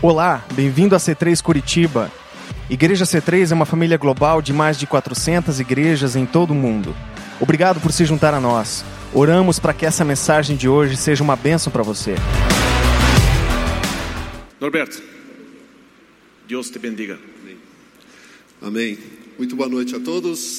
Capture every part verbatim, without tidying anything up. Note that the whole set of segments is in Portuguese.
Olá, bem-vindo a C três Curitiba. Igreja C três é uma família global de mais de quatrocentas igrejas em todo o mundo. Obrigado por se juntar a nós. Oramos para que essa mensagem de hoje seja uma bênção para você. Norberto, Deus te bendiga. Amém. Amém. Muito boa noite a todos.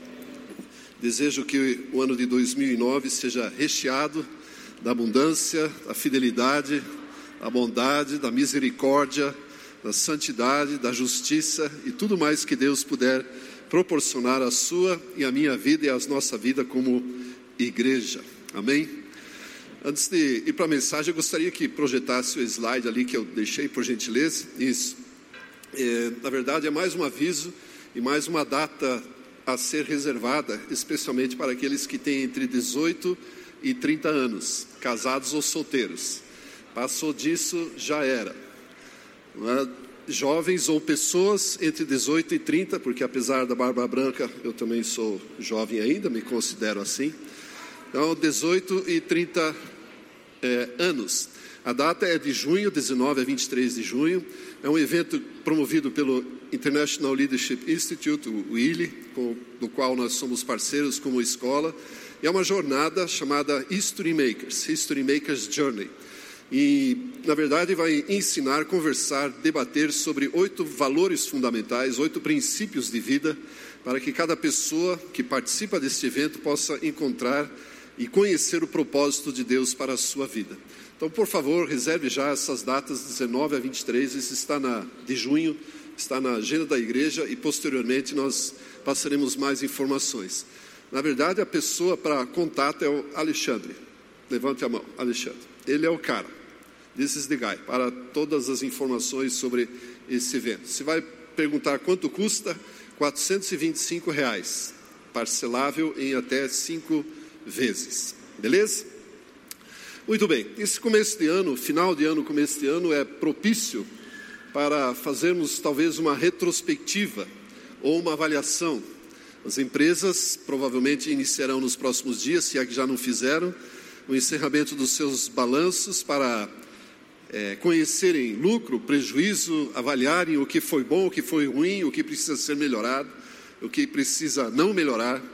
Desejo que o ano de dois mil e nove seja recheado da abundância, da fidelidade, da bondade, da misericórdia, da santidade, da justiça e tudo mais que Deus puder proporcionar à sua e à minha vida e à nossa vida como igreja. Amém? Antes de ir para a mensagem, eu gostaria que projetasse o slide ali que eu deixei, por gentileza. Isso. É, na verdade, é mais um aviso e mais uma data a ser reservada, especialmente para aqueles que têm entre dezoito e trinta anos, casados ou solteiros. Passou disso, já era. Não é? Jovens ou pessoas entre dezoito e trinta, porque apesar da barba branca, eu também sou jovem ainda, me considero assim. Então, dezoito e trinta é, anos. A data é de junho, dezenove a vinte e três de junho. É um evento promovido pelo International Leadership Institute, o I L I, com, do qual nós somos parceiros como escola. E é uma jornada chamada History Makers, History Makers Journey. E, na verdade, vai ensinar, conversar, debater sobre oito valores fundamentais, oito princípios de vida, para que cada pessoa que participa deste evento possa encontrar e conhecer o propósito de Deus para a sua vida. Então, por favor, reserve já essas datas, dezenove a vinte e três, isso está na, de junho, está na agenda da igreja e, posteriormente, nós passaremos mais informações. Na verdade, a pessoa para contato é o Alexandre. Levante a mão, Alexandre. Ele é o cara. This is the guy, para todas as informações sobre esse evento. Você vai perguntar quanto custa? quatrocentos e vinte e cinco reais, parcelável em até cinco vezes. Beleza? Muito bem. Esse começo de ano, final de ano, começo de ano, é propício para fazermos talvez uma retrospectiva ou uma avaliação. As empresas provavelmente iniciarão nos próximos dias, se é que já não fizeram, o encerramento dos seus balanços para é, conhecerem lucro, prejuízo, avaliarem o que foi bom, o que foi ruim, o que precisa ser melhorado, o que precisa não melhorar.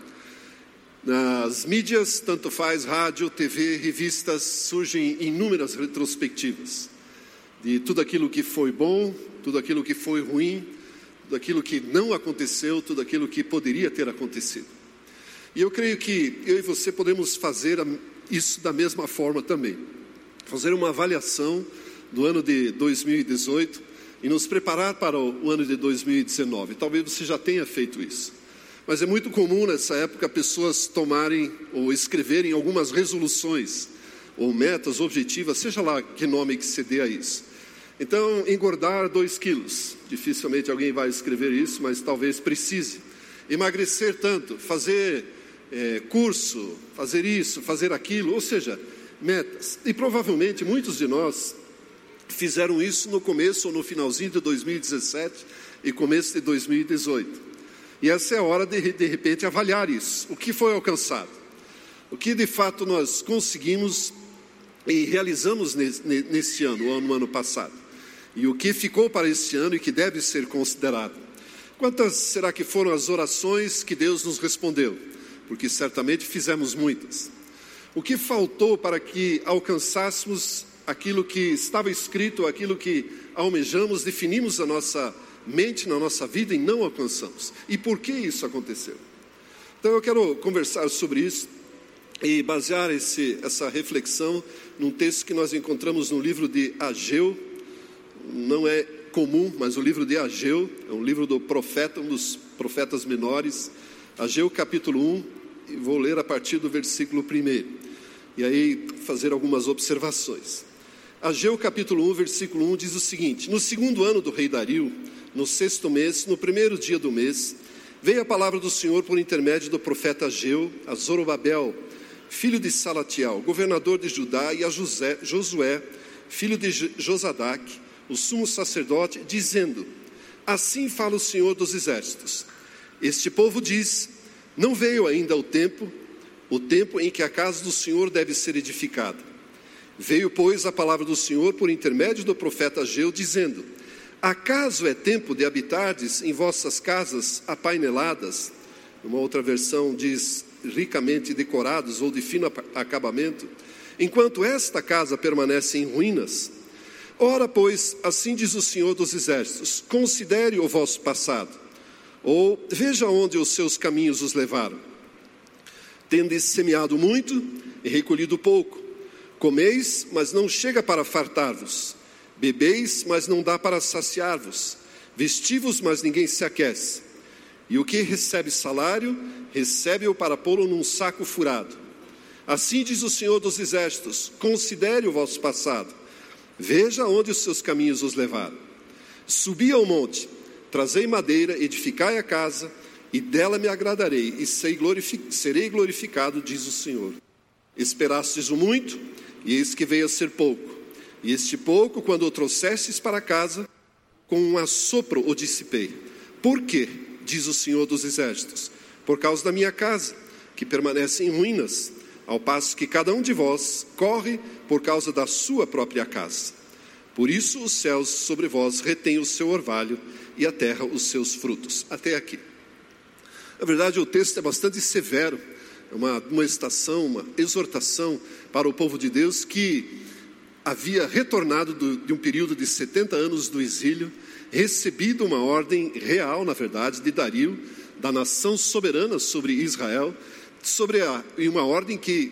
Nas mídias, tanto faz rádio, T V, revistas, surgem inúmeras retrospectivas de tudo aquilo que foi bom, tudo aquilo que foi ruim, tudo aquilo que não aconteceu, tudo aquilo que poderia ter acontecido. E eu creio que eu e você podemos fazer isso da mesma forma também. Fazer uma avaliação do ano de dois mil e dezoito e nos preparar para o ano de dois mil e dezenove. Talvez você já tenha feito isso. Mas é muito comum nessa época pessoas tomarem ou escreverem algumas resoluções ou metas objetivas, seja lá que nome que se dê a isso. Então, engordar dois quilos. Dificilmente alguém vai escrever isso, mas talvez precise. Emagrecer tanto, fazer é, curso, fazer isso, fazer aquilo, ou seja, metas. E provavelmente muitos de nós fizeram isso no começo ou no finalzinho de dois mil e dezessete e começo de dois mil e dezoito. E essa é a hora de, de repente, avaliar isso. O que foi alcançado? O que de fato nós conseguimos e realizamos nesse, nesse ano, ou no ano passado? E o que ficou para esse ano e que deve ser considerado? Quantas será que foram as orações que Deus nos respondeu? Porque certamente fizemos muitas. O que faltou para que alcançássemos aquilo que estava escrito, aquilo que almejamos, definimos a nossa mente na nossa vida e não alcançamos? E por que isso aconteceu? Então eu quero conversar sobre isso e basear esse, essa reflexão num texto que nós encontramos no livro de Ageu. Não é comum, mas o livro de Ageu é um livro do profeta, um dos profetas menores. Ageu capítulo um, e vou ler a partir do versículo primeiro. E aí fazer algumas observações. Ageu capítulo um, versículo um diz o seguinte: no segundo ano do rei Dario, no sexto mês, no primeiro dia do mês, veio a palavra do Senhor por intermédio do profeta Ageu a Zorobabel, filho de Salatiel, governador de Judá, e a José, Josué, filho de Josadac, o sumo sacerdote, dizendo: assim fala o Senhor dos exércitos, este povo diz, não veio ainda o tempo, o tempo em que a casa do Senhor deve ser edificada. Veio, pois, a palavra do Senhor por intermédio do profeta Ageu, dizendo: acaso é tempo de habitardes em vossas casas apaineladas? Uma outra versão diz ricamente decorados ou de fino acabamento, enquanto esta casa permanece em ruínas. Ora, pois, assim diz o Senhor dos Exércitos: considere o vosso passado, ou veja onde os seus caminhos os levaram. Tendes semeado muito e recolhido pouco, comeis, mas não chega para fartar-vos, bebeis, mas não dá para saciar-vos, vestivos, mas ninguém se aquece. E o que recebe salário, recebe-o para pô-lo num saco furado. Assim diz o Senhor dos Exércitos: considere o vosso passado, veja onde os seus caminhos os levaram. Subi ao monte, trazei madeira, edificai a casa, e dela me agradarei, e serei glorificado, diz o Senhor. Esperastes o muito, e eis que veio a ser pouco. E este pouco, quando o trouxestes para casa, com um assopro o dissipei. Por quê? Diz o Senhor dos Exércitos: por causa da minha casa, que permanece em ruínas, ao passo que cada um de vós corre por causa da sua própria casa. Por isso os céus sobre vós retêm o seu orvalho e a terra os seus frutos. Até aqui. Na verdade, o texto é bastante severo, é uma, uma estação, uma exortação para o povo de Deus que havia retornado do, de um período de setenta anos do exílio, recebido uma ordem real, na verdade, de Dario, da nação soberana sobre Israel, sobre a, uma ordem que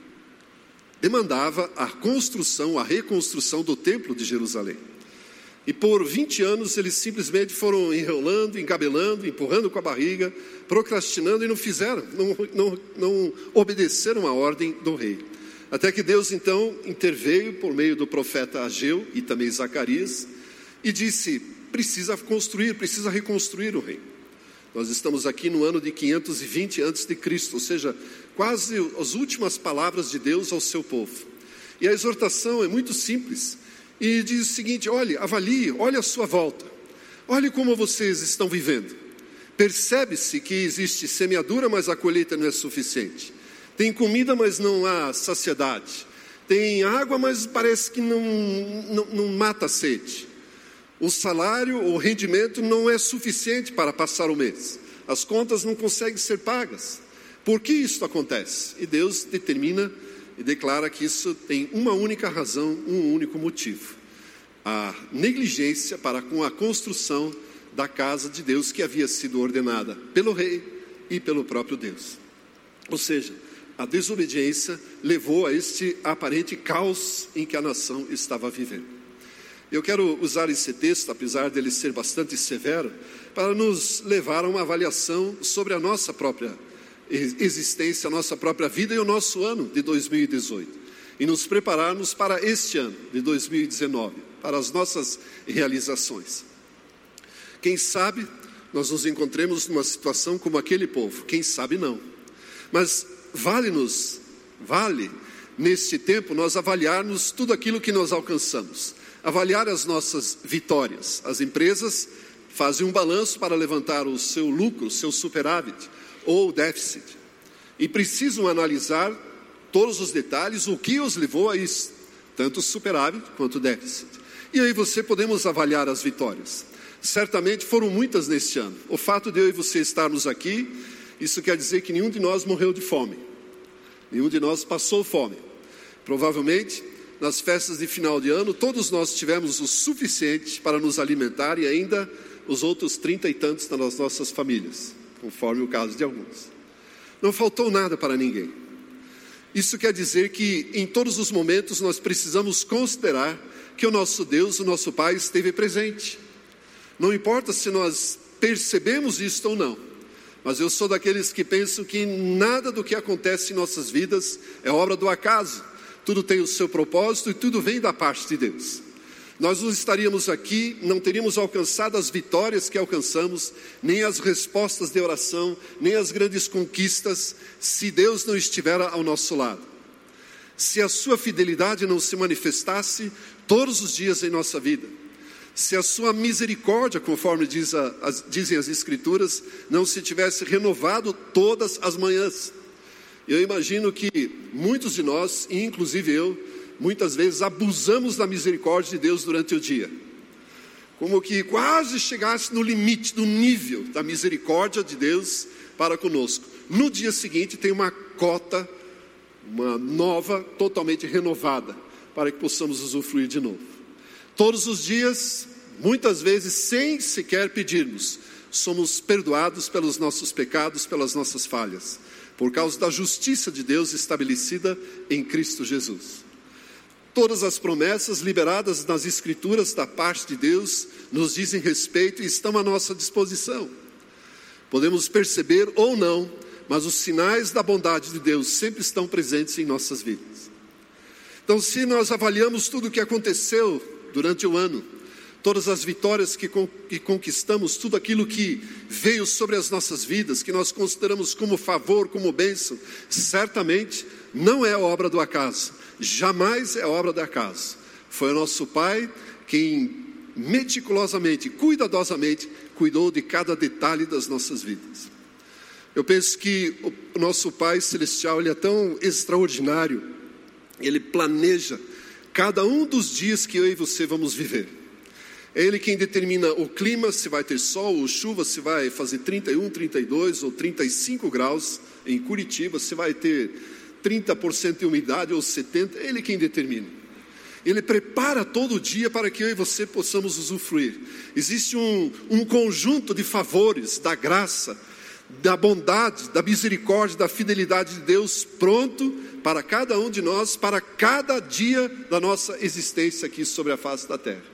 demandava a construção, a reconstrução do templo de Jerusalém. E por vinte anos eles simplesmente foram enrolando, engabelando, empurrando com a barriga, procrastinando e não fizeram, não, não, não obedeceram a ordem do rei. Até que Deus então interveio por meio do profeta Ageu e também Zacarias e disse: precisa construir, precisa reconstruir o reino. Nós estamos aqui no ano de quinhentos e vinte antes de Cristo, ou seja, quase as últimas palavras de Deus ao seu povo. E a exortação é muito simples e diz o seguinte: olhe, avalie, olhe a sua volta, olhe como vocês estão vivendo. Percebe-se que existe semeadura, mas a colheita não é suficiente. Tem comida, mas não há saciedade. Tem água, mas parece que não, não, não mata a sede. O salário, o rendimento não é suficiente para passar o mês. As contas não conseguem ser pagas. Por que isso acontece? E Deus determina e declara que isso tem uma única razão, um único motivo: a negligência para com a construção da casa de Deus que havia sido ordenada pelo rei e pelo próprio Deus. Ou seja, a desobediência levou a este aparente caos em que a nação estava vivendo. Eu quero usar esse texto, apesar dele ser bastante severo, para nos levar a uma avaliação sobre a nossa própria existência, a nossa própria vida e o nosso ano de dois mil e dezoito. E nos prepararmos para este ano de dois mil e dezenove, para as nossas realizações. Quem sabe nós nos encontremos numa situação como aquele povo, quem sabe não. Mas vale-nos, vale neste tempo nós avaliarmos tudo aquilo que nós alcançamos, avaliar as nossas vitórias. As empresas fazem um balanço para levantar o seu lucro, o seu superávit ou déficit, e precisam analisar todos os detalhes, o que os levou a isso, tanto superávit quanto déficit. E aí você podemos avaliar as vitórias. Certamente foram muitas neste ano. O fato de eu e você estarmos aqui, isso quer dizer que nenhum de nós morreu de fome, nenhum de nós passou fome. Provavelmente nas festas de final de ano todos nós tivemos o suficiente para nos alimentar e ainda os outros trinta e tantos das nossas famílias, conforme o caso de alguns. Não faltou nada para ninguém. Isso quer dizer que em todos os momentos nós precisamos considerar que o nosso Deus, o nosso Pai, esteve presente. Não importa se nós percebemos isto ou não, mas eu sou daqueles que pensam que nada do que acontece em nossas vidas é obra do acaso. Tudo tem o seu propósito e tudo vem da parte de Deus. Nós não estaríamos aqui, não teríamos alcançado as vitórias que alcançamos, nem as respostas de oração, nem as grandes conquistas, se Deus não estiver ao nosso lado. Se a sua fidelidade não se manifestasse todos os dias em nossa vida, se a sua misericórdia, conforme diz a, as, dizem as Escrituras, não se tivesse renovado todas as manhãs. Eu imagino que muitos de nós, inclusive eu, muitas vezes abusamos da misericórdia de Deus durante o dia. Como que quase chegasse no limite, no nível da misericórdia de Deus para conosco. No dia seguinte tem uma cota, uma nova, totalmente renovada, para que possamos usufruir de novo. Todos os dias, muitas vezes sem sequer pedirmos, somos perdoados pelos nossos pecados, pelas nossas falhas, por causa da justiça de Deus estabelecida em Cristo Jesus. Todas as promessas liberadas nas Escrituras da parte de Deus nos dizem respeito e estão à nossa disposição. Podemos perceber ou não, mas os sinais da bondade de Deus sempre estão presentes em nossas vidas. Então, se nós avaliamos tudo o que aconteceu durante o ano, todas as vitórias que, que conquistamos, tudo aquilo que veio sobre as nossas vidas, que nós consideramos como favor, como bênção, certamente não é obra do acaso, jamais é obra do acaso. Foi o nosso Pai quem meticulosamente, cuidadosamente, cuidou de cada detalhe das nossas vidas. Eu penso que o nosso Pai Celestial, Ele é tão extraordinário, Ele planeja cada um dos dias que eu e você vamos viver. É Ele quem determina o clima, se vai ter sol ou chuva, se vai fazer trinta e um, trinta e dois ou trinta e cinco graus em Curitiba, se vai ter trinta por cento de umidade ou setenta por cento, é Ele quem determina. Ele prepara todo dia para que eu e você possamos usufruir. Existe um, um conjunto de favores, da graça, da bondade, da misericórdia, da fidelidade de Deus pronto para cada um de nós, para cada dia da nossa existência aqui sobre a face da terra.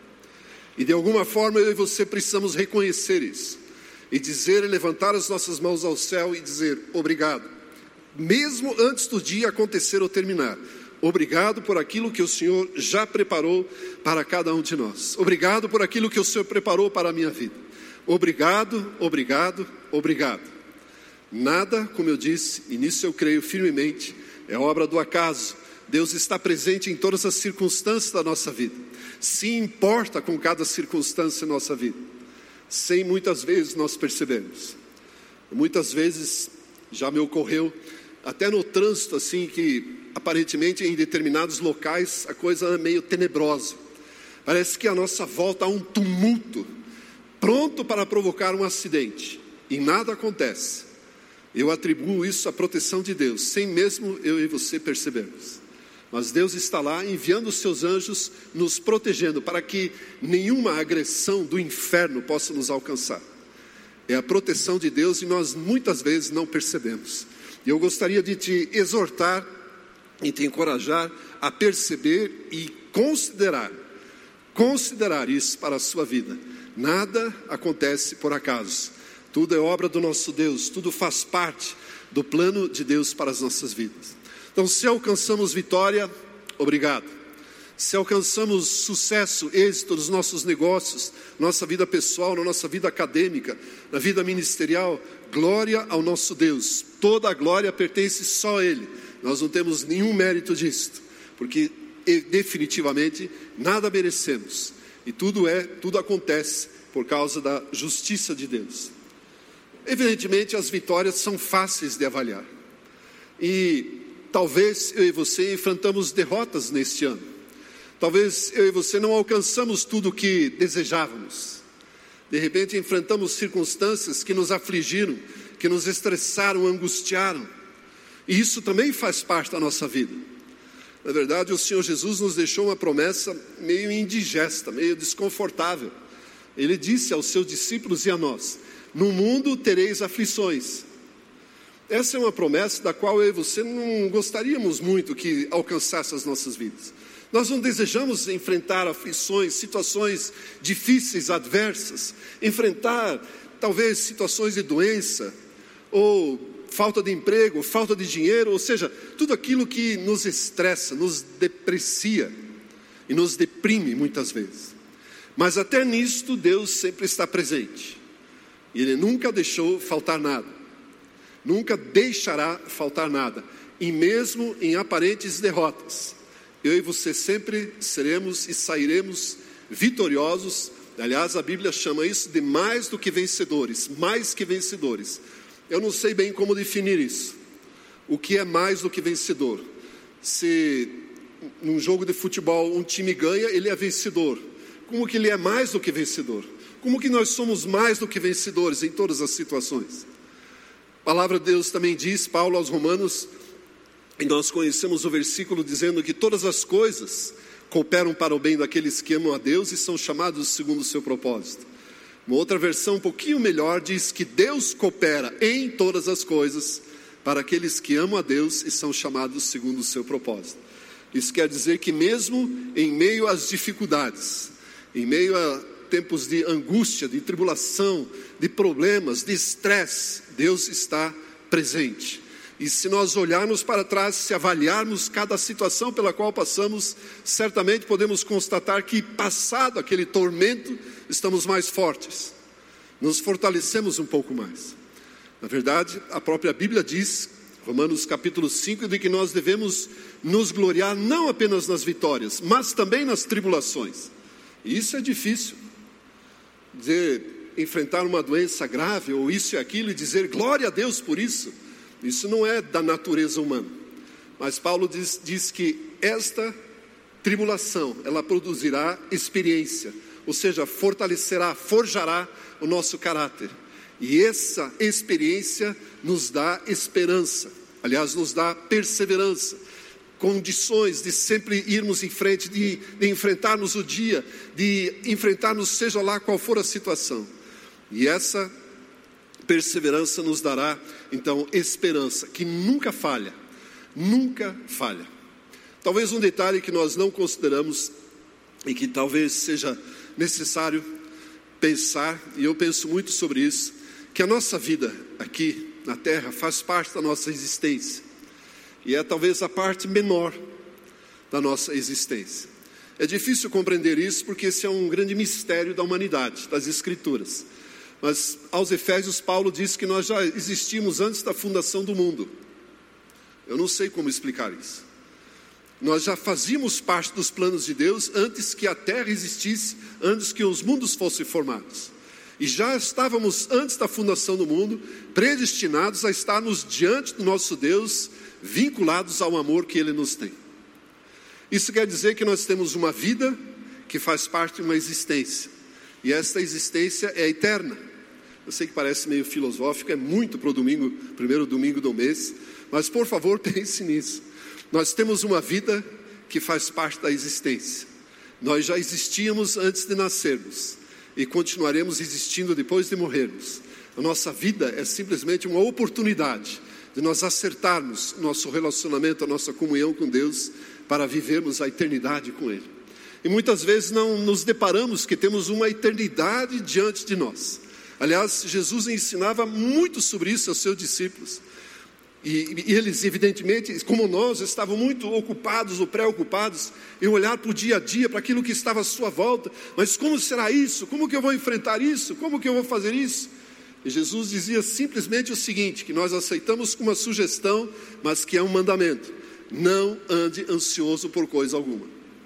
E de alguma forma eu e você precisamos reconhecer isso e dizer, e levantar as nossas mãos ao céu e dizer obrigado, mesmo antes do dia acontecer ou terminar. Obrigado por aquilo que o Senhor já preparou para cada um de nós. Obrigado por aquilo que o Senhor preparou para a minha vida. Obrigado, obrigado, obrigado. Nada, como eu disse, e nisso eu creio firmemente, é obra do acaso. Deus está presente em todas as circunstâncias da nossa vida. Se importa com cada circunstância da nossa vida. Sem muitas vezes nós percebemos. Muitas vezes já me ocorreu, até no trânsito assim, que aparentemente em determinados locais a coisa é meio tenebrosa. Parece que à nossa volta há um tumulto, pronto para provocar um acidente. E nada acontece. Eu atribuo isso à proteção de Deus, sem mesmo eu e você percebermos. Mas Deus está lá enviando os seus anjos, nos protegendo, para que nenhuma agressão do inferno possa nos alcançar. É a proteção de Deus e nós muitas vezes não percebemos. E eu gostaria de te exortar e te encorajar a perceber e considerar, considerar isso para a sua vida. Nada acontece por acaso. Tudo é obra do nosso Deus, tudo faz parte do plano de Deus para as nossas vidas. Então, se alcançamos vitória, obrigado. Se alcançamos sucesso, êxito nos nossos negócios, nossa vida pessoal, na nossa vida acadêmica, na vida ministerial, glória ao nosso Deus. Toda a glória pertence só a Ele. Nós não temos nenhum mérito disto, porque definitivamente nada merecemos. E tudo é, tudo acontece por causa da justiça de Deus. Evidentemente as vitórias são fáceis de avaliar. E talvez eu e você enfrentamos derrotas neste ano. Talvez eu e você não alcançamos tudo o que desejávamos. De repente enfrentamos circunstâncias que nos afligiram, que nos estressaram, angustiaram. E isso também faz parte da nossa vida. Na verdade, o Senhor Jesus nos deixou uma promessa meio indigesta, meio desconfortável. Ele disse aos seus discípulos e a nós: no mundo tereis aflições. Essa é uma promessa da qual eu e você não gostaríamos muito que alcançasse as nossas vidas. Nós não desejamos enfrentar aflições, situações difíceis, adversas, enfrentar talvez situações de doença, ou falta de emprego, falta de dinheiro, ou seja, tudo aquilo que nos estressa, nos deprecia e nos deprime muitas vezes. Mas até nisto Deus sempre está presente. E Ele nunca deixou faltar nada. Nunca deixará faltar nada. E mesmo em aparentes derrotas, eu e você sempre seremos e sairemos vitoriosos. Aliás, a Bíblia chama isso de mais do que vencedores. Mais que vencedores. Eu não sei bem como definir isso. O que é mais do que vencedor? Se num jogo de futebol um time ganha, ele é vencedor. Como que ele é mais do que vencedor? Como que nós somos mais do que vencedores em todas as situações? A palavra de Deus também diz, Paulo aos Romanos, e nós conhecemos o versículo dizendo que todas as coisas cooperam para o bem daqueles que amam a Deus e são chamados segundo o seu propósito. Uma outra versão um pouquinho melhor diz que Deus coopera em todas as coisas para aqueles que amam a Deus e são chamados segundo o seu propósito. Isso quer dizer que mesmo em meio às dificuldades, em meio a tempos de angústia, de tribulação, de problemas, de estresse, Deus está presente. E se nós olharmos para trás, se avaliarmos cada situação pela qual passamos, certamente podemos constatar que, passado aquele tormento, estamos mais fortes, nos fortalecemos um pouco mais. Na verdade, a própria Bíblia diz, Romanos capítulo cinco, de que nós devemos nos gloriar não apenas nas vitórias, mas também nas tribulações. E isso é difícil, dizer, enfrentar uma doença grave, ou isso e aquilo, e dizer glória a Deus por isso. Isso não é da natureza humana. Mas Paulo diz, diz que esta tribulação, ela produzirá experiência, ou seja, fortalecerá, forjará o nosso caráter. E essa experiência nos dá esperança, aliás, nos dá perseverança, condições de sempre irmos em frente, de, de enfrentarmos o dia, de enfrentarmos seja lá qual for a situação. E essa perseverança nos dará, então, esperança, que nunca falha, nunca falha. Talvez um detalhe que nós não consideramos e que talvez seja necessário pensar, e eu penso muito sobre isso, que a nossa vida aqui na Terra faz parte da nossa existência, e é talvez a parte menor da nossa existência. É difícil compreender isso porque esse é um grande mistério da humanidade, das Escrituras. Mas aos Efésios, Paulo diz que nós já existimos antes da fundação do mundo. Eu não sei como explicar isso. Nós já fazíamos parte dos planos de Deus antes que a terra existisse, antes que os mundos fossem formados. E já estávamos, antes da fundação do mundo, predestinados a estarmos diante do nosso Deus, vinculados ao amor que Ele nos tem. Isso quer dizer que nós temos uma vida que faz parte de uma existência. E esta existência é eterna. Eu sei que parece meio filosófico, é muito para o domingo, primeiro domingo do mês, mas por favor pense nisso. Nós temos uma vida que faz parte da existência. Nós já existíamos antes de nascermos e continuaremos existindo depois de morrermos. A nossa vida é simplesmente uma oportunidade de nós acertarmos nosso relacionamento, a nossa comunhão com Deus, para vivermos a eternidade com Ele. E muitas vezes não nos deparamos que temos uma eternidade diante de nós. Aliás, Jesus ensinava muito sobre isso aos seus discípulos. E, e eles, evidentemente, como nós, estavam muito ocupados ou preocupados em olhar para o dia a dia, para aquilo que estava à sua volta. Mas como será isso? Como que eu vou enfrentar isso? Como que eu vou fazer isso? E Jesus dizia simplesmente o seguinte, que nós aceitamos como uma sugestão, mas que é um mandamento: não ande ansioso por coisa alguma.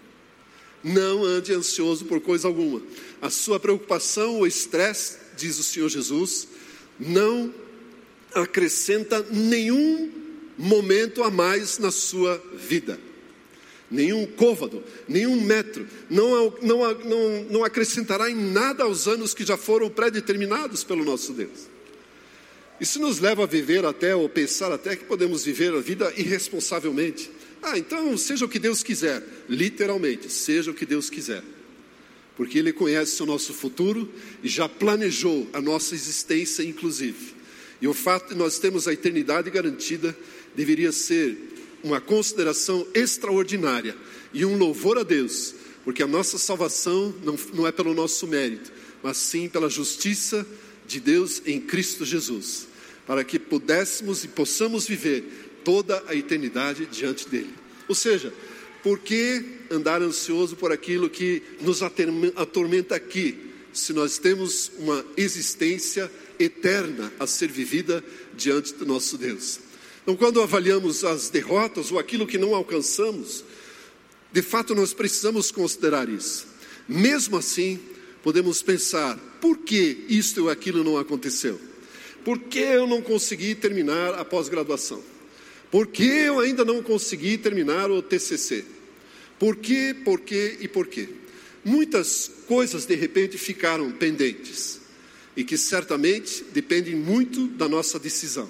Não ande ansioso por coisa alguma. A sua preocupação ou estresse, diz o Senhor Jesus, não acrescenta nenhum momento a mais na sua vida. Nenhum côvado, nenhum metro. Não, não, não, não acrescentará em nada aos anos que já foram pré-determinados pelo nosso Deus. Isso nos leva a viver até, ou pensar até que podemos viver a vida irresponsavelmente. Ah, então seja o que Deus quiser. Literalmente, seja o que Deus quiser. Porque Ele conhece o nosso futuro e já planejou a nossa existência inclusive. E o fato de nós termos a eternidade garantida deveria ser uma consideração extraordinária e um louvor a Deus, porque a nossa salvação não, não é pelo nosso mérito, mas sim pela justiça de Deus em Cristo Jesus, para que pudéssemos e possamos viver toda a eternidade diante dele. Ou seja, por que andar ansioso por aquilo que nos atormenta aqui, se nós temos uma existência eterna a ser vivida diante do nosso Deus? Então, quando avaliamos as derrotas ou aquilo que não alcançamos, de fato nós precisamos considerar isso. Mesmo assim, podemos pensar: por que isto ou aquilo não aconteceu? Por que eu não consegui terminar a pós-graduação? Por que eu ainda não consegui terminar o T C C? Por quê, por quê e por quê? Muitas coisas de repente ficaram pendentes e que certamente dependem muito da nossa decisão.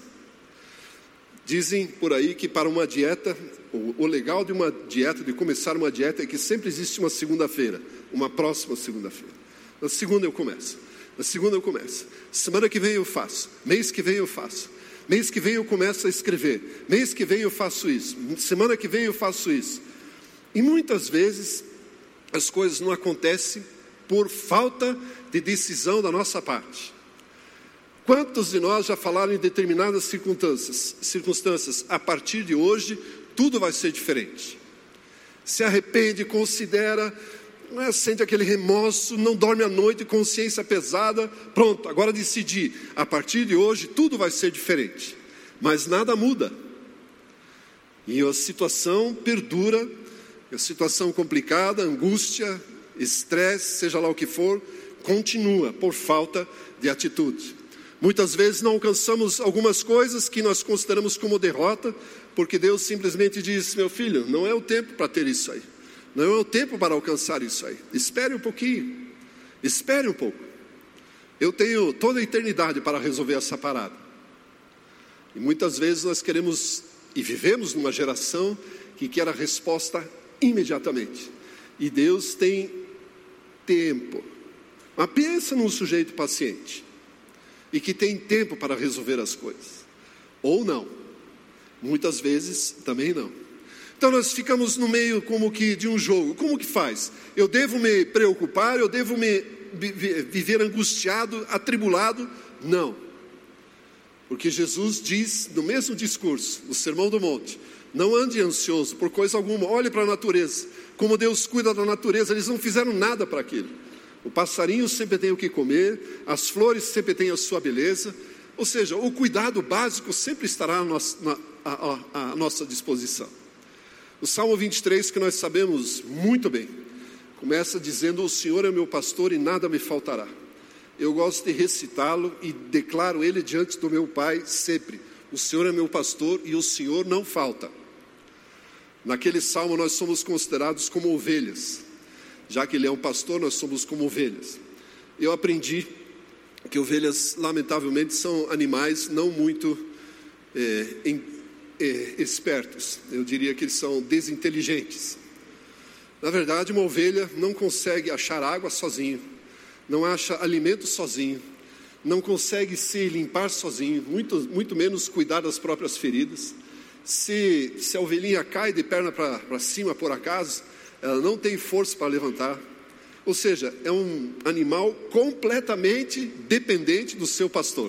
Dizem por aí que para uma dieta, o, o legal de uma dieta, de começar uma dieta, é que sempre existe uma segunda-feira, uma próxima segunda-feira. Na segunda eu começo, na segunda eu começo, semana que vem eu faço, mês que vem eu faço, mês que vem eu começo a escrever, mês que vem eu faço isso, semana que vem eu faço isso. E muitas vezes as coisas não acontecem por falta de decisão da nossa parte. Quantos de nós já falaram em determinadas circunstâncias, circunstâncias, a partir de hoje, tudo vai ser diferente. Se arrepende, considera, não é, sente aquele remorso, não dorme à noite, consciência pesada, pronto, agora decidi, a partir de hoje, tudo vai ser diferente. Mas nada muda. E a situação perdura, a situação complicada, angústia, estresse, seja lá o que for, continua por falta de atitude. Muitas vezes não alcançamos algumas coisas que nós consideramos como derrota, porque Deus simplesmente diz: meu filho, não é o tempo para ter isso aí, não é o tempo para alcançar isso aí, espere um pouquinho, espere um pouco, eu tenho toda a eternidade para resolver essa parada. E muitas vezes nós queremos, e vivemos numa geração que quer a resposta imediatamente, e Deus tem tempo. Mas pensa num sujeito paciente e que tem tempo para resolver as coisas, ou não, muitas vezes também não. Então nós ficamos no meio como que de um jogo. Como que faz? Eu devo me preocupar? Eu devo me viver angustiado, atribulado? Não, porque Jesus diz no mesmo discurso, no Sermão do Monte: não ande ansioso por coisa alguma. Olhe para a natureza, como Deus cuida da natureza. Eles não fizeram nada para aquilo. O passarinho sempre tem o que comer, as flores sempre têm a sua beleza. Ou seja, o cuidado básico sempre estará à nossa, na, à, à nossa disposição. O Salmo vinte e três, que nós sabemos muito bem, começa dizendo: o Senhor é meu pastor e nada me faltará. Eu gosto de recitá-lo e declaro ele diante do meu Pai sempre: o Senhor é meu pastor e o Senhor não falta. Naquele salmo nós somos considerados como ovelhas. Já que ele é um pastor, nós somos como ovelhas. Eu aprendi que ovelhas, lamentavelmente, são animais não muito é, em, é, espertos. Eu diria que eles são desinteligentes. Na verdade, uma ovelha não consegue achar água sozinho, não acha alimento sozinho, não consegue se limpar sozinho, muito, muito menos cuidar das próprias feridas. Se, se a ovelhinha cai de perna para cima por acaso, ela não tem força para levantar. Ou seja, é um animal completamente dependente do seu pastor.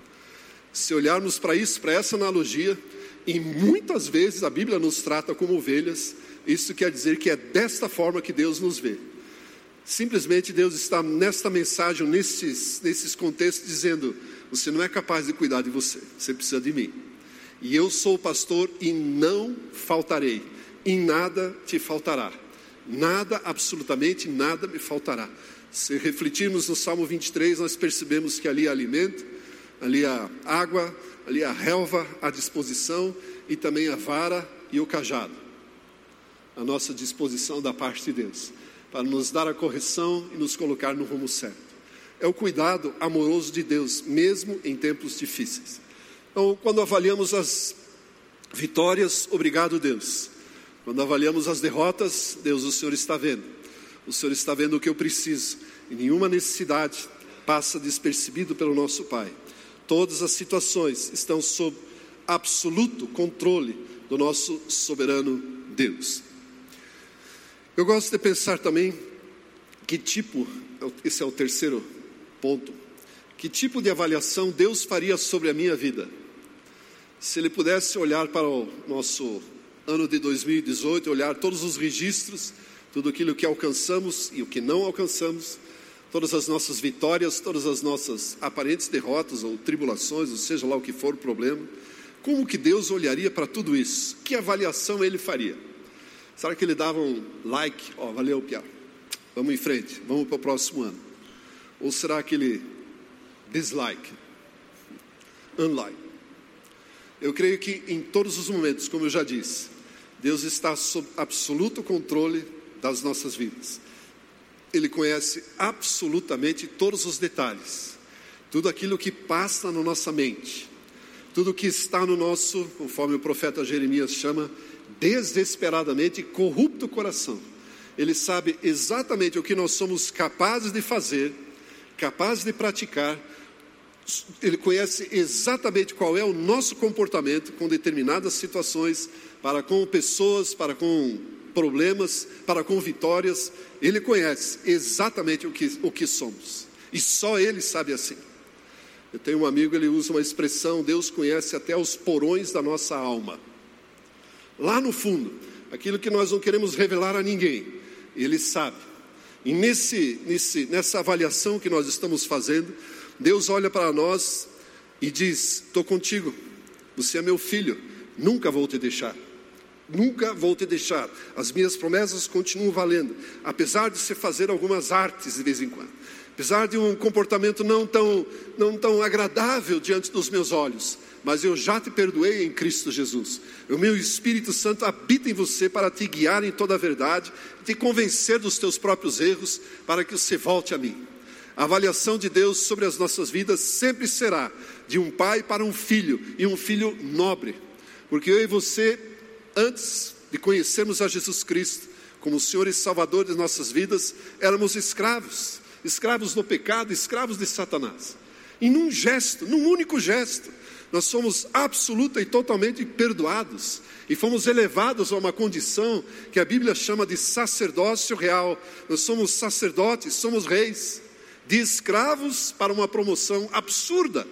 Se olharmos para isso, para essa analogia, e muitas vezes a Bíblia nos trata como ovelhas, isso quer dizer que é desta forma que Deus nos vê. Simplesmente Deus está nesta mensagem, nesses, nesses contextos, dizendo: você não é capaz de cuidar de você, você precisa de mim. E eu sou o pastor e não faltarei, em nada te faltará. Nada, absolutamente nada me faltará. Se refletirmos no Salmo vinte e três, nós percebemos que ali há alimento, ali há água, ali há relva à disposição, e também a vara e o cajado à nossa disposição da parte de Deus, para nos dar a correção e nos colocar no rumo certo. É o cuidado amoroso de Deus, mesmo em tempos difíceis. Então, quando avaliamos as vitórias, obrigado Deus. Quando avaliamos as derrotas, Deus, o Senhor está vendo. O Senhor está vendo o que eu preciso. E nenhuma necessidade passa despercebido pelo nosso Pai. Todas as situações estão sob absoluto controle do nosso soberano Deus. Eu gosto de pensar também que tipo, esse é o terceiro ponto, que tipo de avaliação Deus faria sobre a minha vida. Se Ele pudesse olhar para o nosso ano de dois mil e dezoito, olhar todos os registros, tudo aquilo que alcançamos e o que não alcançamos, todas as nossas vitórias, todas as nossas aparentes derrotas ou tribulações, ou seja lá o que for o problema, como que Deus olharia para tudo isso? Que avaliação Ele faria? Será que Ele dava um like? Ó, oh, valeu, Pia, vamos em frente, vamos para o próximo ano? Ou será que Ele dislike? Unlike? Eu creio que em todos os momentos, como eu já disse, Deus está sob absoluto controle das nossas vidas. Ele conhece absolutamente todos os detalhes, tudo aquilo que passa na nossa mente, tudo que está no nosso, conforme o profeta Jeremias chama, desesperadamente corrupto coração. Ele sabe exatamente o que nós somos capazes de fazer, capazes de praticar. Ele conhece exatamente qual é o nosso comportamento com determinadas situações, para com pessoas, para com problemas, para com vitórias. Ele conhece exatamente o que, o que somos, e só Ele sabe assim. Eu tenho um amigo, ele usa uma expressão: Deus conhece até os porões da nossa alma. Lá no fundo, aquilo que nós não queremos revelar a ninguém, Ele sabe. E nesse, nesse, nessa avaliação que nós estamos fazendo, Deus olha para nós e diz: estou contigo, você é meu filho, nunca vou te deixar. Nunca vou te deixar. As minhas promessas continuam valendo, apesar de você fazer algumas artes de vez em quando, apesar de um comportamento não tão, não tão agradável diante dos meus olhos, mas eu já te perdoei em Cristo Jesus. O meu Espírito Santo habita em você para te guiar em toda a verdade, te convencer dos teus próprios erros, para que você volte a mim. A avaliação de Deus sobre as nossas vidas sempre será de um pai para um filho, e um filho nobre, porque eu e você, antes de conhecermos a Jesus Cristo como o Senhor e Salvador de nossas vidas, éramos escravos, escravos do pecado, escravos de Satanás. E num gesto, num único gesto, nós somos absoluta e totalmente perdoados, e fomos elevados a uma condição que a Bíblia chama de sacerdócio real. Nós somos sacerdotes, somos reis, de escravos para uma promoção absurda.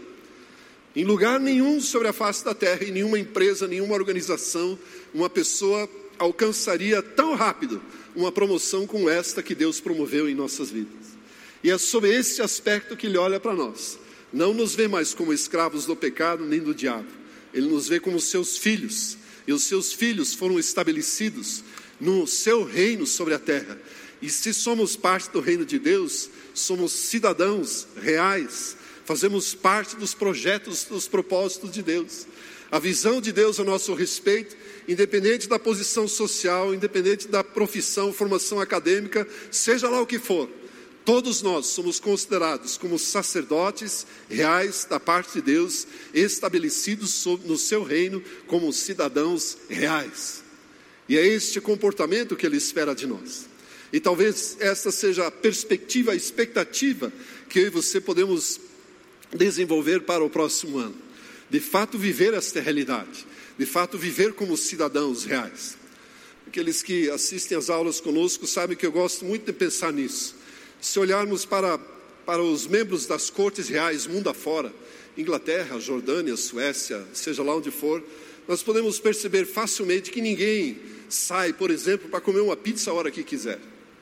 Em lugar nenhum sobre a face da terra, em nenhuma empresa, nenhuma organização, uma pessoa alcançaria tão rápido uma promoção como esta que Deus promoveu em nossas vidas. E é sobre esse aspecto que Ele olha para nós. Não nos vê mais como escravos do pecado nem do diabo. Ele nos vê como seus filhos. E os seus filhos foram estabelecidos no seu reino sobre a terra. E se somos parte do reino de Deus, somos cidadãos reais. Fazemos parte dos projetos, dos propósitos de Deus. A visão de Deus a nosso respeito, independente da posição social, independente da profissão, formação acadêmica, seja lá o que for, todos nós somos considerados como sacerdotes reais da parte de Deus, estabelecidos no seu reino como cidadãos reais. E é este comportamento que Ele espera de nós. E talvez esta seja a perspectiva, a expectativa que eu e você podemos desenvolver para o próximo ano. De fato viver esta realidade, de fato viver como cidadãos reais. Aqueles que assistem às aulas conosco sabem que eu gosto muito de pensar nisso. Se olharmos para, para os membros das cortes reais mundo afora, Inglaterra, Jordânia, Suécia, seja lá onde for, nós podemos perceber facilmente que ninguém sai, por exemplo, para comer uma pizza a hora que quiser.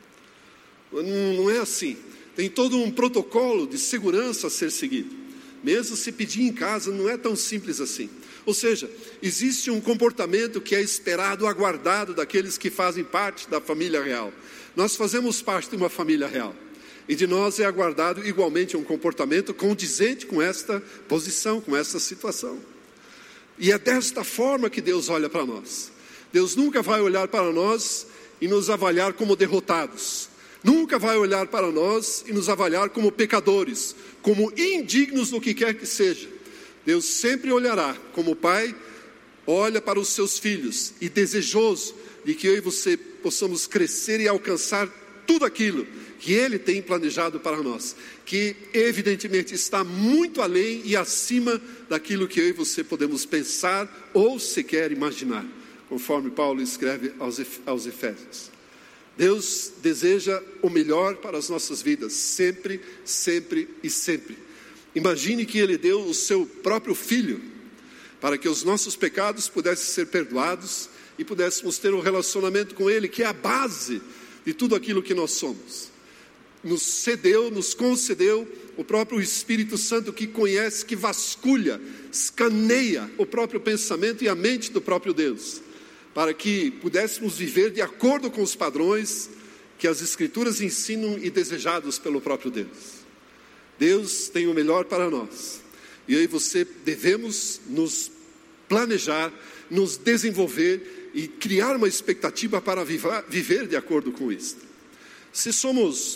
Não, não é assim. Tem todo um protocolo de segurança a ser seguido. Mesmo se pedir em casa, não é tão simples assim. Ou seja, existe um comportamento que é esperado, aguardado daqueles que fazem parte da família real. Nós fazemos parte de uma família real. E de nós é aguardado igualmente um comportamento condizente com esta posição, com esta situação. E é desta forma que Deus olha para nós. Deus nunca vai olhar para nós e nos avaliar como derrotados. Nunca vai olhar para nós e nos avaliar como pecadores, como indignos do que quer que seja. Deus sempre olhará como Pai, olha para os seus filhos e desejoso de que eu e você possamos crescer e alcançar tudo aquilo que Ele tem planejado para nós, que evidentemente está muito além e acima daquilo que eu e você podemos pensar ou sequer imaginar, conforme Paulo escreve aos, aos Efésios. Deus deseja o melhor para as nossas vidas, sempre, sempre e sempre. Imagine que Ele deu o seu próprio Filho, para que os nossos pecados pudessem ser perdoados e pudéssemos ter um relacionamento com Ele, que é a base de tudo aquilo que nós somos. Nos cedeu, nos concedeu o próprio Espírito Santo, que conhece, que vasculha, escaneia o próprio pensamento e a mente do próprio Deus, para que pudéssemos viver de acordo com os padrões que as Escrituras ensinam e desejados pelo próprio Deus. Deus tem o melhor para nós, e eu e você devemos nos planejar, nos desenvolver e criar uma expectativa para viver de acordo com isso. Se somos,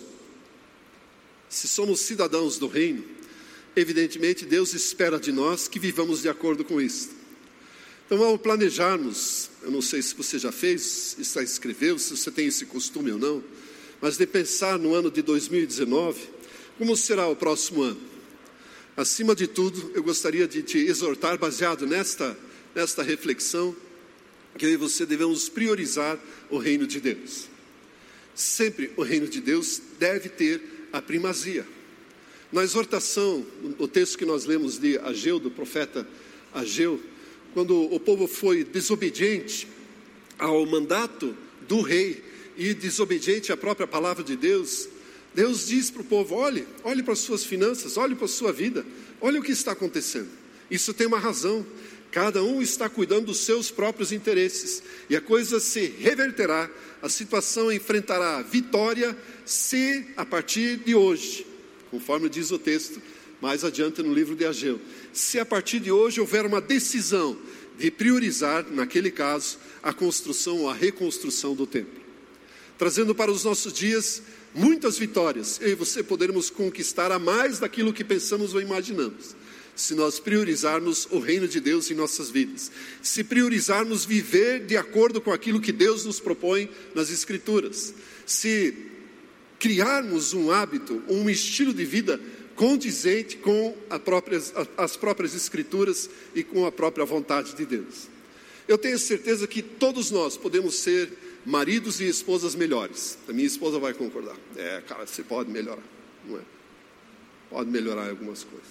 se somos cidadãos do reino, evidentemente Deus espera de nós que vivamos de acordo com isso. Então, ao planejarmos, eu não sei se você já fez, se já escreveu, se você tem esse costume ou não, mas de pensar no ano de dois mil e dezenove, como será o próximo ano? Acima de tudo, eu gostaria de te exortar, baseado nesta, nesta reflexão, que eu e você devemos priorizar o reino de Deus. Sempre o reino de Deus deve ter a primazia. Na exortação, o texto que nós lemos de Ageu, do profeta Ageu, quando o povo foi desobediente ao mandato do rei e desobediente à própria palavra de Deus, Deus diz para o povo: olhe, olhe para as suas finanças, olhe para a sua vida, olhe o que está acontecendo. Isso tem uma razão. Cada um está cuidando dos seus próprios interesses, e a coisa se reverterá, a situação enfrentará vitória se, a partir de hoje, conforme diz o texto mais adiante no livro de Ageu, se a partir de hoje houver uma decisão de priorizar, naquele caso, a construção ou a reconstrução do templo. Trazendo para os nossos dias muitas vitórias, eu e você poderemos conquistar a mais daquilo que pensamos ou imaginamos, se nós priorizarmos o reino de Deus em nossas vidas, se priorizarmos viver de acordo com aquilo que Deus nos propõe nas Escrituras, se criarmos um hábito, um estilo de vida condizente com a própria, as próprias Escrituras e com a própria vontade de Deus. Eu tenho certeza que todos nós podemos ser maridos e esposas melhores. A minha esposa vai concordar. É, cara, você pode melhorar, não é? Pode melhorar algumas coisas.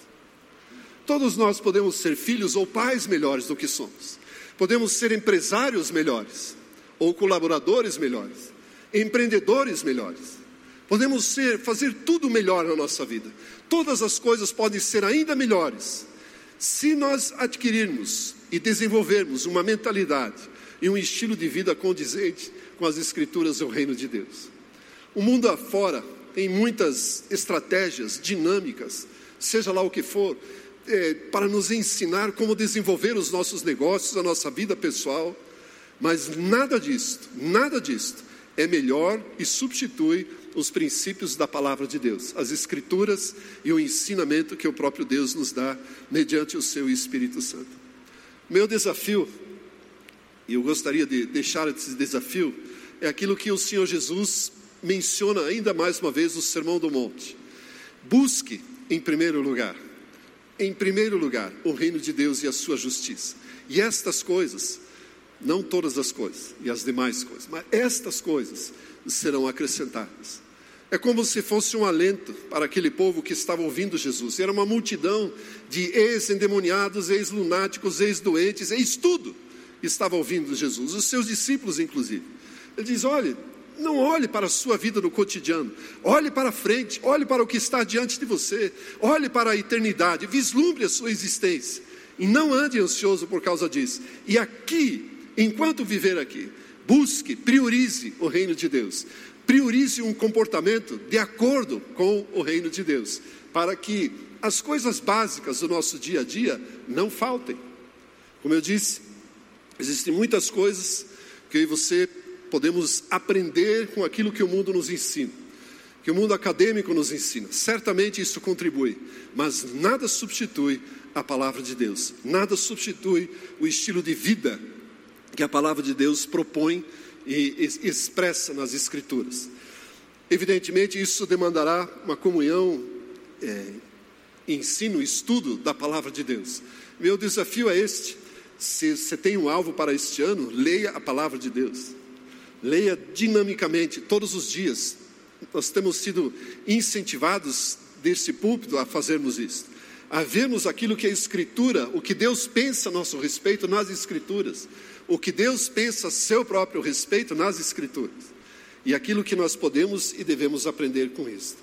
Todos nós podemos ser filhos ou pais melhores do que somos. Podemos ser empresários melhores, ou colaboradores melhores, empreendedores melhores. Podemos ser, fazer tudo melhor na nossa vida. Todas as coisas podem ser ainda melhores, se nós adquirirmos e desenvolvermos uma mentalidade e um estilo de vida condizente com as Escrituras e o reino de Deus. O mundo afora tem muitas estratégias dinâmicas, seja lá o que for, É, para nos ensinar como desenvolver os nossos negócios, a nossa vida pessoal, mas nada disto, nada disto é melhor e substitui os princípios da palavra de Deus, as Escrituras e o ensinamento que o próprio Deus nos dá mediante o seu Espírito Santo. Meu desafio, e eu gostaria de deixar esse desafio, é aquilo que o Senhor Jesus menciona ainda mais uma vez no Sermão do Monte: busque em primeiro lugar Em primeiro lugar, o reino de Deus e a sua justiça. E estas coisas, não todas as coisas, e as demais coisas, mas estas coisas serão acrescentadas. É como se fosse um alento para aquele povo que estava ouvindo Jesus. Era uma multidão de ex-endemoniados, ex-lunáticos, ex-doentes, ex-tudo estava ouvindo Jesus. Os seus discípulos, inclusive. Ele diz: olhe, não olhe para a sua vida no cotidiano, olhe para frente, olhe para o que está diante de você, olhe para a eternidade, vislumbre a sua existência, e não ande ansioso por causa disso. E aqui, enquanto viver aqui, busque, priorize o reino de Deus, priorize um comportamento de acordo com o reino de Deus, para que as coisas básicas do nosso dia a dia não faltem. Como eu disse, existem muitas coisas que eu e você podemos aprender com aquilo que o mundo nos ensina, que o mundo acadêmico nos ensina. Certamente isso contribui, mas nada substitui a palavra de Deus, nada substitui o estilo de vida que a palavra de Deus propõe e expressa nas Escrituras. Evidentemente isso demandará uma comunhão, é, ensino, estudo da palavra de Deus. Meu desafio é este: se você tem um alvo para este ano, leia a palavra de Deus. Leia dinamicamente, todos os dias. Nós temos sido incentivados desse púlpito a fazermos isso, a vermos aquilo que é a Escritura, o que Deus pensa a nosso respeito nas Escrituras, o que Deus pensa a seu próprio respeito nas Escrituras, e aquilo que nós podemos e devemos aprender com isso.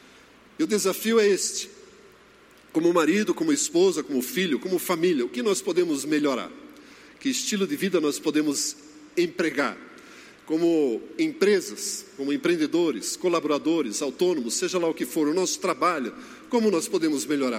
E o desafio é este: como marido, como esposa, como filho, como família, o que nós podemos melhorar? Que estilo de vida nós podemos empregar? Como empresas, como empreendedores, colaboradores, autônomos, seja lá o que for, o nosso trabalho, como nós podemos melhorar?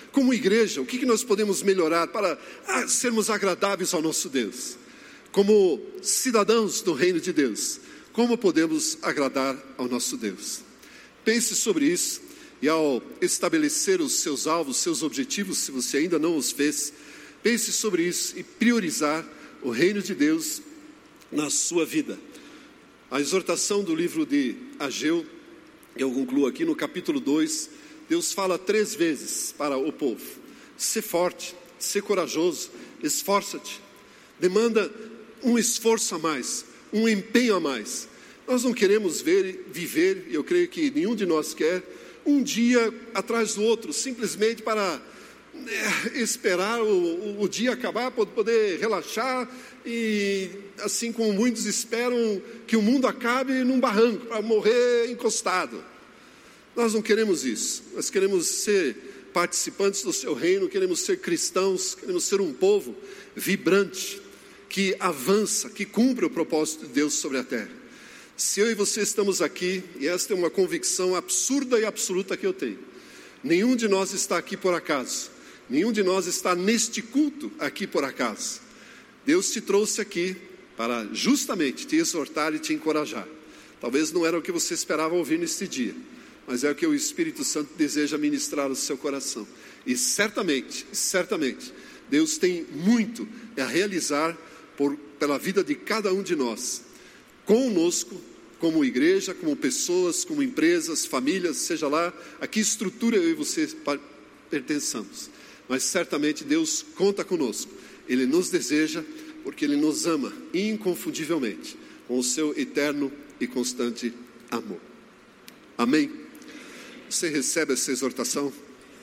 Como igreja, o que nós podemos melhorar para sermos agradáveis ao nosso Deus? Como cidadãos do reino de Deus, como podemos agradar ao nosso Deus? Pense sobre isso e ao estabelecer os seus alvos, seus objetivos, se você ainda não os fez, pense sobre isso e priorizar o reino de Deus na sua vida. A exortação do livro de Ageu, eu concluo aqui no capítulo dois, Deus fala três vezes para o povo: ser forte, ser corajoso, esforça-te. Demanda um esforço a mais, um empenho a mais. Nós não queremos ver, viver, e eu creio que nenhum de nós quer, um dia atrás do outro, simplesmente para é, esperar o, o dia acabar, para poder relaxar, e assim como muitos esperam que o mundo acabe num barranco, para morrer encostado. Nós não queremos isso, nós queremos ser participantes do seu reino, queremos ser cristãos, queremos ser um povo vibrante, que avança, que cumpre o propósito de Deus sobre a terra. Se eu e você estamos aqui, e esta é uma convicção absurda e absoluta que eu tenho, nenhum de nós está aqui por acaso, nenhum de nós está neste culto aqui por acaso. Deus te trouxe aqui para justamente te exortar e te encorajar. Talvez não era o que você esperava ouvir neste dia, mas é o que o Espírito Santo deseja ministrar no seu coração. E certamente, certamente, Deus tem muito a realizar por, pela vida de cada um de nós, conosco, como igreja, como pessoas, como empresas, famílias, seja lá a que estrutura eu e você pertençamos. Mas certamente Deus conta conosco, Ele nos deseja, porque Ele nos ama inconfundivelmente, com o seu eterno e constante amor. Amém? Você recebe essa exortação?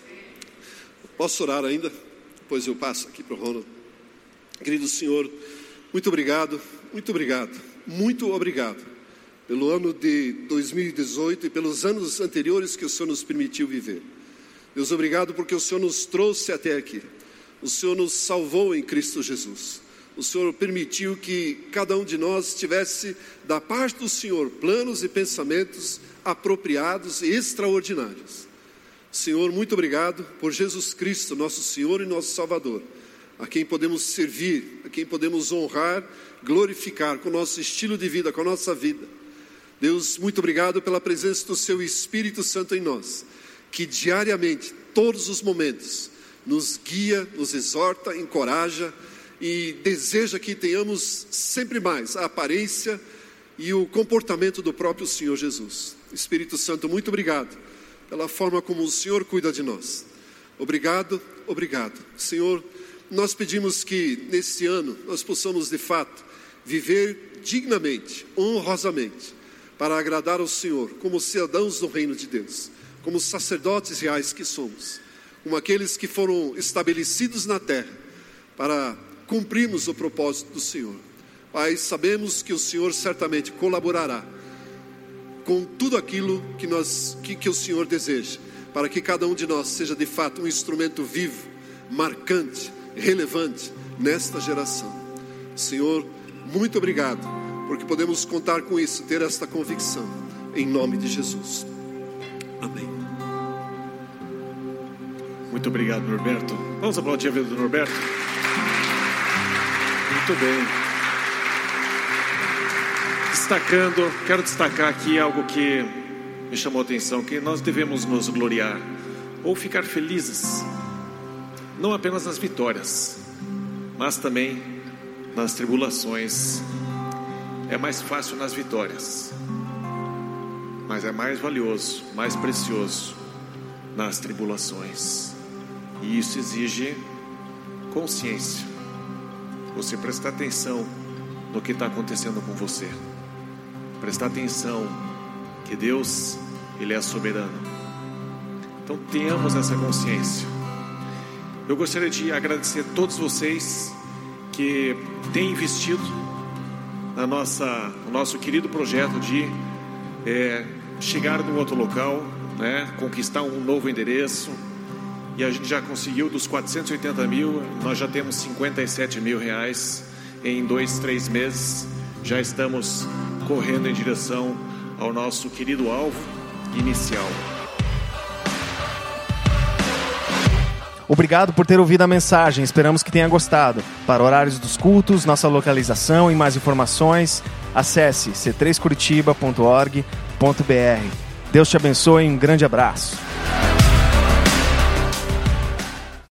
Posso orar ainda? Depois eu passo aqui para o Ronald. Querido Senhor, muito obrigado, muito obrigado, muito obrigado pelo ano de dois mil e dezoito e pelos anos anteriores que o Senhor nos permitiu viver. Deus, obrigado porque o Senhor nos trouxe até aqui. O Senhor nos salvou em Cristo Jesus. O Senhor permitiu que cada um de nós tivesse da parte do Senhor planos e pensamentos apropriados e extraordinários. Senhor, muito obrigado por Jesus Cristo, nosso Senhor e nosso Salvador, a quem podemos servir, a quem podemos honrar, glorificar com o nosso estilo de vida, com a nossa vida. Deus, muito obrigado pela presença do Seu Espírito Santo em nós, que diariamente, todos os momentos, nos guia, nos exorta, encoraja e deseja que tenhamos sempre mais a aparência e o comportamento do próprio Senhor Jesus. Espírito Santo, muito obrigado pela forma como o Senhor cuida de nós. Obrigado, obrigado. Senhor, nós pedimos que nesse ano nós possamos de fato viver dignamente, honrosamente, para agradar ao Senhor, como cidadãos do reino de Deus, como sacerdotes reais que somos, como aqueles que foram estabelecidos na terra para cumprirmos o propósito do Senhor. Pai, sabemos que o Senhor certamente colaborará com tudo aquilo que, nós, que, que o Senhor deseja, para que cada um de nós seja de fato um instrumento vivo, marcante, relevante nesta geração. Senhor, muito obrigado, porque podemos contar com isso, ter esta convicção, em nome de Jesus. Amém. Muito obrigado, Norberto. Vamos aplaudir a vida do Norberto? Muito bem. Destacando, quero destacar aqui algo que me chamou a atenção, que nós devemos nos gloriar, ou ficar felizes, não apenas nas vitórias, mas também nas tribulações. É mais fácil nas vitórias, mas é mais valioso, mais precioso nas tribulações. E isso exige consciência. Você prestar atenção no que está acontecendo com você. Prestar atenção que Deus, Ele é soberano. Então tenhamos essa consciência. Eu gostaria de agradecer a todos vocês que têm investido na nossa, no nosso querido projeto de é, chegar num outro local, né, conquistar um novo endereço. E a gente já conseguiu dos quatrocentos e oitenta mil, nós já temos cinquenta e sete mil reais em dois, três meses. Já estamos correndo em direção ao nosso querido alvo inicial. Obrigado por ter ouvido a mensagem, esperamos que tenha gostado. Para horários dos cultos, nossa localização e mais informações, acesse c três curitiba ponto org ponto b r. Deus te abençoe e um grande abraço.